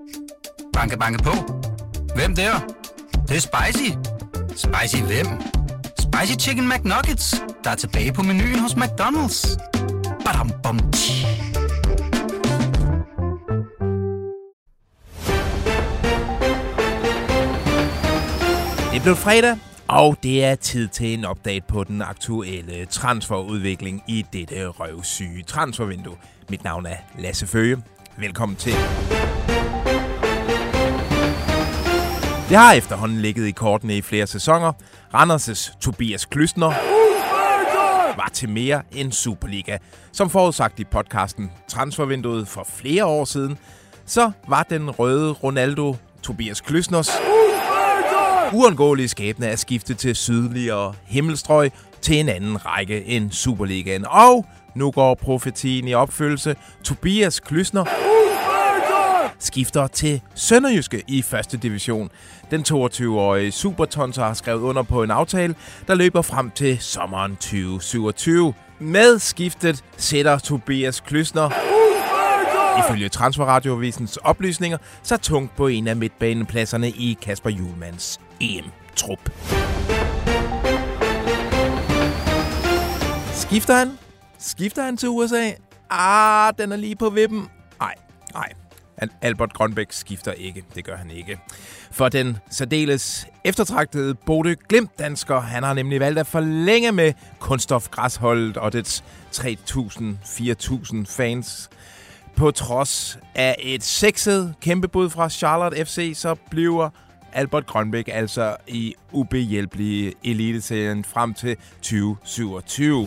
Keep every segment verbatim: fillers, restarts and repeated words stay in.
Banke, banke på. Hvem der? Det, det er spicy. Spicy hvem? Spicy Chicken McNuggets, der er tilbage på menuen hos McDonald's. Badum, bom, tji. Det blev fredag, og det er tid til en update på den aktuelle transferudvikling i dette røvsyge transfervindue. Mit navn er Lasse Føge. Velkommen til. Det har efterhånden ligget i kortene i flere sæsoner. Randers' Tobias Kløsner var til mere end Superliga. Som forudsagt i podcasten Transfervinduet for flere år siden, så var den røde Ronaldo Tobias Kløsners uundgåelige skæbne at skifte til sydligere himmelstrøg til en anden række end Superligaen. Og nu går profetien i opfyldelse. Tobias Kløsner skifter til Sønderjyske i første division. Den toogtyve-årige supertonser har skrevet under på en aftale, der løber frem til sommeren tyve syvogtyve. Med skiftet sætter Tobias Kløsner ifølge Transferradioavisens oplysninger så tungt på en af midtbanepladserne i Kasper Hjulmans E M-trup. Skifter han? Skifter han til U S A? Ah, den er lige på vippen. Nej, nej. Albert Grønbæk skifter ikke. Det gør han ikke. For den særdeles eftertragtede Bodø Glimt-dansker, han har nemlig valgt at forlænge med Kunststof Græsholdet og dets tre tusind til fire tusind fans. På trods af et sexet kæmpebud fra Charlotte F C, så bliver Albert Grønbæk altså i ubehjælpelige eliteserien frem til tyve syvogtyve.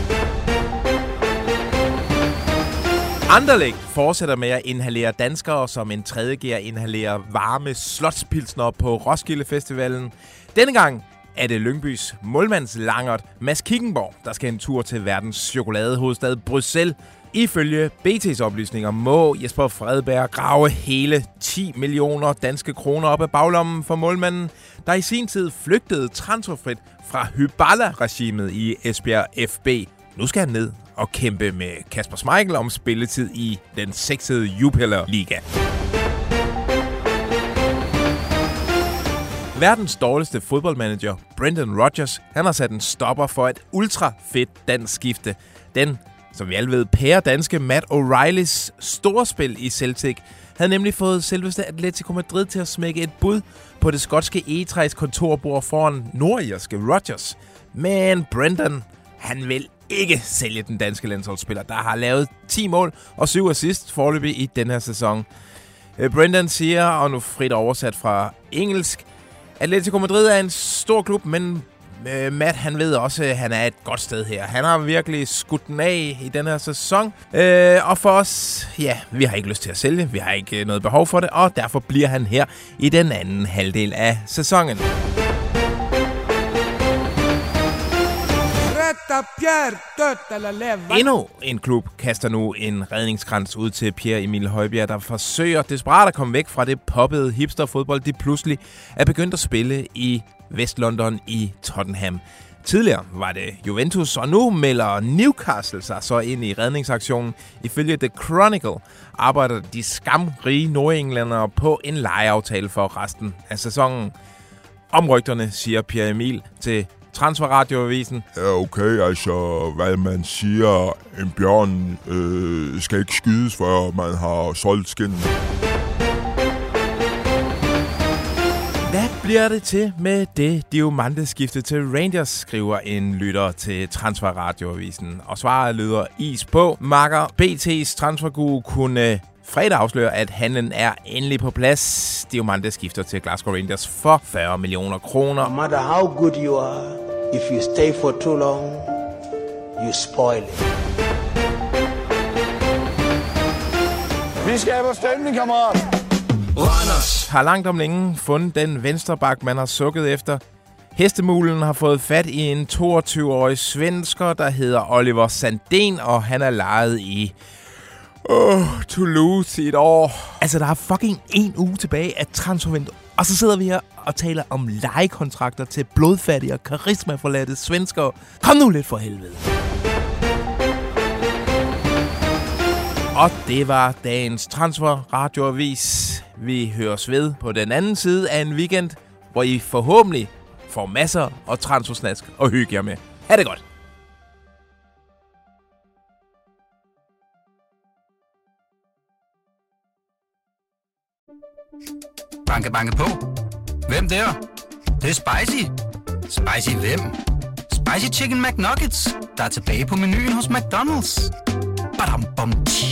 Anderlecht fortsætter med at inhalere danskere, som en tredje gear inhalerer varme slotspilsner på Roskilde Festivalen. Denne gang er det Lyngbys målmandslangert Mads Kickenborg, der skal en tur til verdens chokoladehovedstad Bruxelles. Ifølge B T's oplysninger må Jesper Fredberg grave hele ti millioner danske kroner op af baglommen for målmanden, der i sin tid flygtede transferfrit fra Hyballa-regimet i Esbjerg F B. Nu skal han ned og kæmpe med Kasper Schmeichel om spilletid i den sexede Jupiler Liga. Verdens dårligste fodboldmanager, Brendan Rodgers, han har sat en stopper for et ultra fedt dansk skifte. Den, som vi alle ved, pære danske Matt O'Reillys storspil i Celtic havde nemlig fået selveste Atletico Madrid til at smække et bud på det skotske egetræs kontorbord foran nordirske Rodgers. Men Brendan, han vil ikke sælge den danske landsholdsspiller, der har lavet ti mål og syv assist foreløbig i den her sæson. Brendan siger, og nu frit oversat fra engelsk, Atletico Madrid er en stor klub, men øh, Matt, han ved også, at han er et godt sted her. Han har virkelig skudt den af i den her sæson. Øh, og for os, ja, vi har ikke lyst til at sælge. Vi har ikke noget behov for det, og derfor bliver han her i den anden halvdel af sæsonen. Endnu en klub kaster nu en redningskrans ud til Pierre Emil Højbjerg, der forsøger desperat at komme væk fra det poppede hipsterfodbold, de pludselig er begyndt at spille i Vest-London i Tottenham. Tidligere var det Juventus, og nu melder Newcastle sig så ind i redningsaktionen. Ifølge The Chronicle arbejder de skamrige nordenglændere på en lejeaftale for resten af sæsonen. Om rygterne siger Pierre Emil til Transferradioavisen. Ja, okay, altså, hvad man siger, en bjørn øh, skal ikke skydes, før man har solgt skinnen. Hvad bliver det til med det Diamante-skifte til Rangers, skriver en lytter til Transferradioavisen. Og svaret lyder is på. Makker B T's transferguru kunne fredag afslører, at handlen er endelig på plads. Diamante skifter til Glasgow Rangers for fyrre millioner kroner. No matter how good you are, if you stay for too long, you spoil it. Vi skaber stemning, kammerat. Randers har langt om længe fundet den venstreback, man har sukket efter. Hestemulen har fået fat i en toogtyve-årig svensker, der hedder Oliver Sandén, og han er lejet i Åh, oh, Toulouse i et år. Altså, der er fucking en uge tilbage af transfervinduet. Og så sidder vi her og taler om lejekontrakter til blodfattige og karismaforladte svenskere. Kom nu lidt for helvede. Og det var dagens Transferradioavis. Vi høres ved på den anden side af en weekend, hvor I forhåbentlig får masser af transfersnask og hygge jer med. Ha' det godt! Banke, banke på. Hvem der? Det, det er spicy. Spicy hvem? Spicy Chicken McNuggets, der er tilbage på menuen hos McDonald's. Badum, bom, tji.